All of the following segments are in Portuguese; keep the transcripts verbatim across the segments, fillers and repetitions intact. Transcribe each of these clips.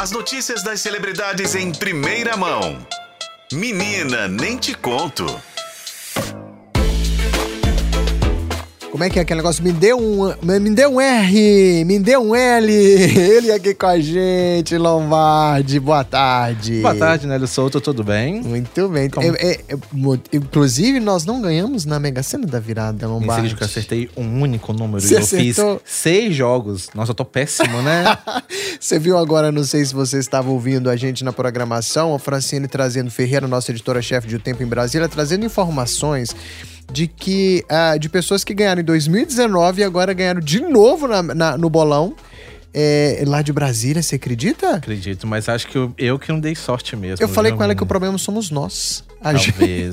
As notícias das celebridades em primeira mão. Menina, nem te conto. Como é que é aquele negócio? Me deu um, me deu um R, me deu um L. Ele aqui com a gente, Lombardi. Boa tarde. Boa tarde, Nélio Souto, tudo bem? Muito bem. É, é, é, inclusive, nós não ganhamos na Mega Sena da virada, Lombardi. Em que eu acertei um único número. Você e eu acertou? fiz seis jogos. Nossa, eu tô péssimo, né? Você viu agora, não sei se você estava ouvindo a gente na programação, a Francine trazendo Ferreira, nossa editora-chefe de O Tempo em Brasília, trazendo informações de que uh, de pessoas que ganharam em dois mil e dezenove e agora ganharam de novo na, na, no bolão. É, lá de Brasília, você acredita? Acredito, mas acho que eu, eu que não dei sorte mesmo. Eu falei viu? com ela que o problema somos nós. A Talvez.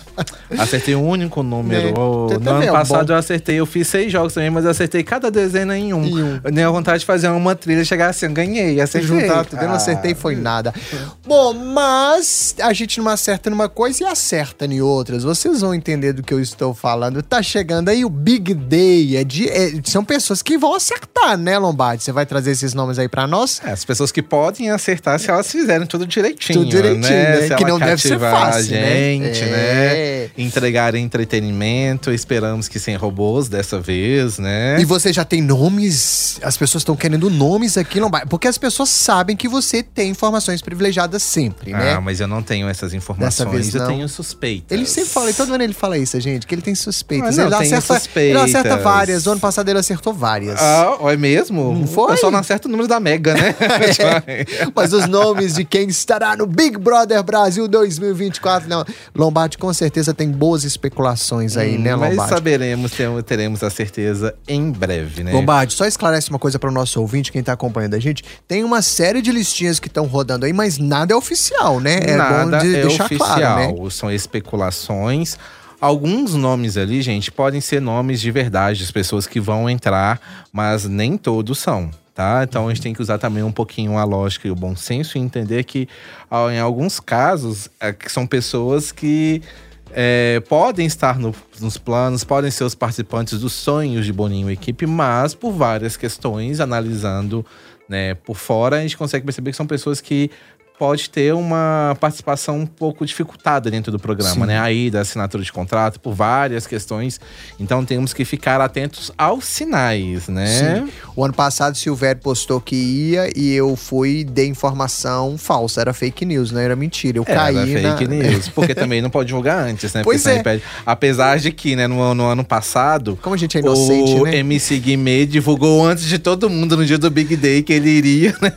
Acertei um único número. É, Oh, tá no ano vendo? passado Bom. eu acertei, eu fiz seis jogos também, mas eu acertei cada dezena em um. Em um. Eu tenho vontade de fazer uma trilha, chegar assim, eu ganhei, acertei. Juntar tudo, eu não acertei, foi nada. Bom, mas a gente não acerta numa coisa e acerta em outras. Vocês vão entender do que eu estou falando. Tá chegando aí o Big Day. É de, é, são pessoas que vão acertar, né, Lombardi? Você vai trazer esses nomes aí pra nós? É, as pessoas que podem acertar se elas fizerem tudo direitinho. Tudo direitinho, né? né? Se Que ela não deve ser cativar fácil, a gente, né? né? É. Entregar entretenimento. Esperamos que sem robôs dessa vez, né? E você já tem nomes? As pessoas estão querendo nomes aqui, Lombardi. Porque as pessoas sabem que você tem informações privilegiadas sempre, né? Ah, mas eu não tenho essas informações. Dessa vez, eu não. tenho suspeitas. Ele sempre fala, e todo ano ele fala isso, gente, que ele tem suspeitas. Ah, não, ele, tenho acerta, suspeitas. ele acerta várias. O ano passado ele acertou várias. Ah, é mesmo? Não foi? Eu só não acerto o número da Mega, né? É, mas os nomes de quem estará no Big Brother Brasil dois mil e vinte e quatro, não. Lombardi com certeza tem boas especulações aí, hum, né, Lombardi? Mas saberemos, teremos a certeza em breve, né? Lombardi, só esclarece uma coisa para o nosso ouvinte, quem tá acompanhando a gente. Tem uma série de listinhas que estão rodando aí, mas nada é oficial, né? É Nada bom de é deixar oficial, claro, né? São especulações. Alguns nomes ali, gente, podem ser nomes de verdade, de pessoas que vão entrar, mas nem todos são. Tá? Então a gente tem que usar também um pouquinho a lógica e o bom senso e entender que em alguns casos é, que são pessoas que é, podem estar no, nos planos, podem ser os participantes dos sonhos de Boninho e equipe, mas por várias questões, analisando, né, por fora, a gente consegue perceber que são pessoas que pode ter uma participação um pouco dificultada dentro do programa, Sim. né? Aí da assinatura de contrato, por várias questões. Então temos que ficar atentos aos sinais, né? Sim. O ano passado, Silvério postou que ia e eu fui e dei informação falsa. Era fake news, não era mentira. Eu Era caí fake na... news, porque também não pode divulgar antes, né? Pois Porque é. impede. Apesar de que, né, no, no ano passado, Como a gente é inocente, o né? M C Guimê divulgou antes de todo mundo no dia do Big Day que ele iria, né?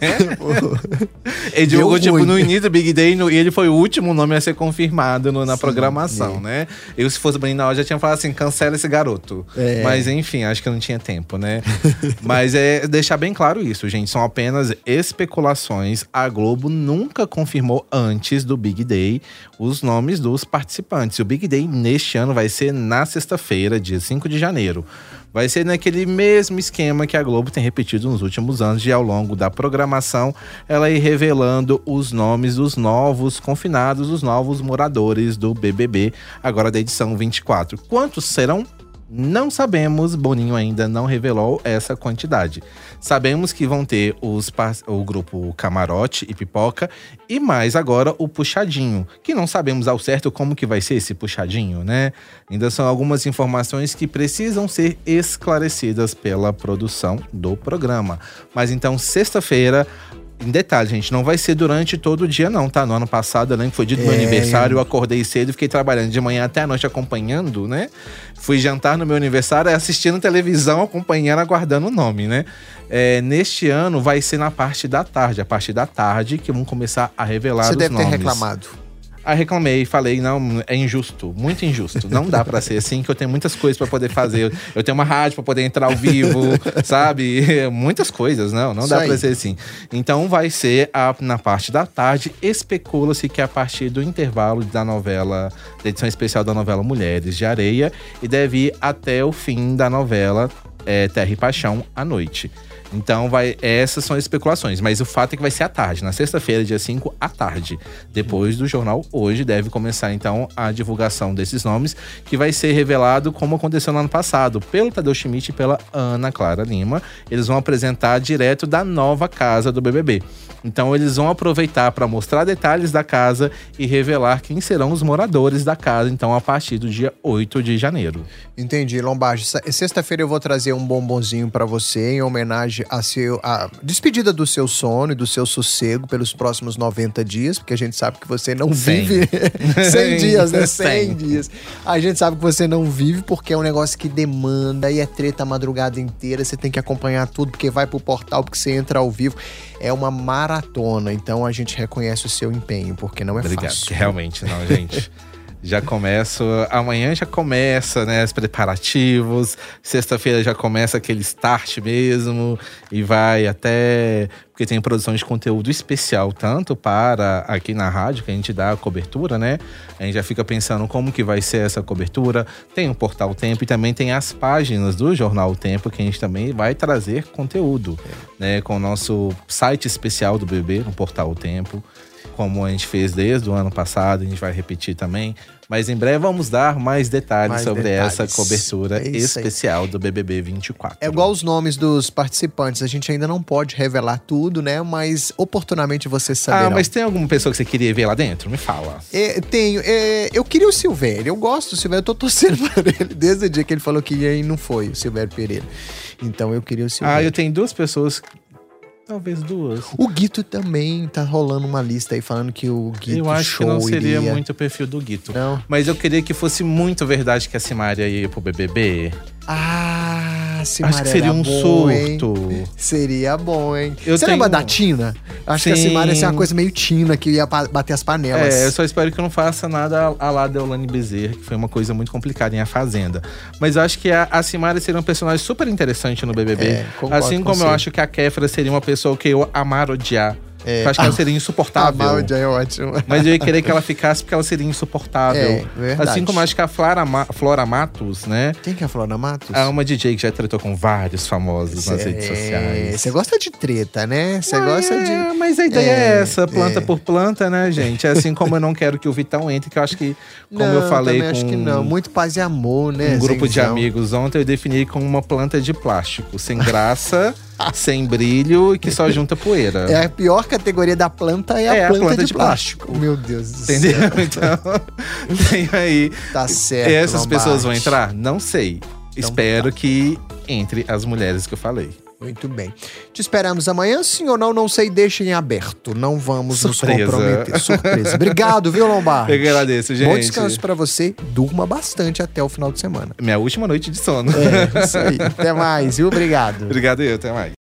Ele divulgou, tipo, ruim. no início do Big Day no, e ele foi o último nome a ser confirmado no, na Sim, programação, é. né? Eu, se fosse Boninho na hora, já tinha falado assim, cancela esse garoto. É. Mas, enfim, acho que não tinha tempo, né? Mas é deixar bem claro isso, gente. São apenas especulações. A Globo nunca confirmou antes do Big Day os nomes dos participantes. O Big Day, neste ano, vai ser na sexta-feira, dia cinco de janeiro. Vai ser naquele mesmo esquema que a Globo tem repetido nos últimos anos, de ao longo da programação, ela ir revelando os nomes dos novos confinados, os novos moradores do B B B, agora da edição vinte e quatro. Quantos serão? Não sabemos, Boninho ainda não revelou essa quantidade. Sabemos que vão ter os, o grupo Camarote e Pipoca e mais agora o Puxadinho, que não sabemos ao certo como que vai ser esse Puxadinho, né? Ainda são algumas informações que precisam ser esclarecidas pela produção do programa. Mas então, sexta-feira, em detalhe, gente, não vai ser durante todo o dia não, tá? No ano passado, eu lembro que foi dia do meu É. aniversário, eu acordei cedo e fiquei trabalhando de manhã até a noite acompanhando, né? Fui jantar no meu aniversário, assistindo televisão, acompanhando, aguardando o nome, né? É, neste ano vai ser na parte da tarde, a partir da tarde que vão começar a revelar Você os deve nomes. ter reclamado. Aí reclamei, falei, não, é injusto, muito injusto. Não dá pra ser assim, que eu tenho muitas coisas pra poder fazer. Eu tenho uma rádio pra poder entrar ao vivo, sabe? Muitas coisas, não, não Isso dá aí. pra ser assim. Então vai ser a, na parte da tarde, especula-se que é a partir do intervalo da novela, da edição especial da novela Mulheres de Areia, e deve ir até o fim da novela é, Terra e Paixão à noite. Então, vai, essas são as especulações. Mas o fato é que vai ser à tarde, na sexta-feira, dia cinco, à tarde. Depois do jornal, hoje, deve começar, então, a divulgação desses nomes, que vai ser revelado como aconteceu no ano passado, pelo Tadeu Schmidt e pela Ana Clara Lima. Eles vão apresentar direto da nova casa do B B B. Então eles vão aproveitar para mostrar detalhes da casa e revelar quem serão os moradores da casa, então a partir do dia oito de janeiro. Entendi, Lombardi. Sexta-feira eu vou trazer um bombonzinho para você em homenagem a seu a despedida do seu sono e do seu sossego pelos próximos noventa dias, porque a gente sabe que você não cem. vive cem dias, né? cem cem. dias. A gente sabe que você não vive porque é um negócio que demanda e é treta a madrugada inteira, você tem que acompanhar tudo porque vai pro portal, porque você entra ao vivo. É uma maratona, então a gente reconhece o seu empenho, porque não é Obrigado. fácil. Realmente não, gente. Já começo, amanhã já começa, né, os preparativos, sexta-feira já começa aquele start mesmo e vai até, porque tem produção de conteúdo especial, tanto para aqui na rádio, que a gente dá a cobertura, né, a gente já fica pensando como que vai ser essa cobertura, tem o Portal Tempo e também tem as páginas do Jornal Tempo, que a gente também vai trazer conteúdo, né, com o nosso site especial do B B B, no Portal Tempo, como a gente fez desde o ano passado, a gente vai repetir também. Mas em breve vamos dar mais detalhes mais sobre detalhes. essa cobertura é especial do B B B vinte e quatro. É igual os nomes dos participantes, a gente ainda não pode revelar tudo, né? Mas oportunamente você saberá. Ah, mas tem alguma pessoa que você queria ver lá dentro? Me fala. É, tenho. É, eu queria o Silvério, eu gosto do Silvério, eu tô torcendo por ele desde o dia que ele falou que ia e não foi, o Silvério Pereira. Então eu queria o Silvério. Ah, eu tenho duas pessoas... Talvez duas. O Guito também tá rolando uma lista aí falando que o Guito Eu acho show que não seria iria... muito o perfil do Guito. Não. Mas eu queria que fosse muito verdade que a Simária ia pro B B B. Ah, Simária acho que seria um bom, surto. Hein? Seria bom, hein? Eu Você tenho... lembra da Tina? Acho Sim. que a Simária ia ser uma coisa meio Tina, que ia bater as panelas. É, eu só espero que eu não faça nada a lá da Deolane Bezerra, que foi uma coisa muito complicada em A Fazenda. Mas eu acho que a, a Simária seria um personagem super interessante no B B B. É, assim como eu acho que a Kéfera seria uma pessoa que eu amar odiar. É. Eu acho que ela seria insuportável. Ah, é ótimo. Mas eu ia querer que ela ficasse porque ela seria insuportável. É, verdade. Assim como eu acho que a Flora, Ma- Flora Matos, né? Quem que é a Flora Matos? É uma D J que já tratou com vários famosos Cê, nas redes sociais. Você gosta de treta, né? Você gosta de... É, mas a ideia é, é essa, planta é. por planta, né, gente? É assim como eu não quero que o Vitão entre, que eu acho que, como não, eu falei com... acho que não. Muito paz e amor, né? Um grupo Zenzão. de amigos ontem, eu defini como uma planta de plástico, sem graça... sem brilho e que só junta poeira. É a pior categoria da planta, é a, é planta, a planta de, de plástico. plástico. Meu Deus do Entendeu? céu. Então, tem aí. Tá certo. Essas Lombardi. pessoas vão entrar? Não sei. Então, Espero tá. que entre as mulheres que eu falei. Muito bem. Te esperamos amanhã, sim ou não? Não sei, deixem em aberto. Não vamos Surpresa. nos comprometer. Surpresa. Obrigado, viu, Lombardi? Eu agradeço, gente. Bom descanso pra você. Durma bastante até o final de semana. Minha última noite de sono. É, isso aí. Até mais, viu? Obrigado. Obrigado eu, até mais.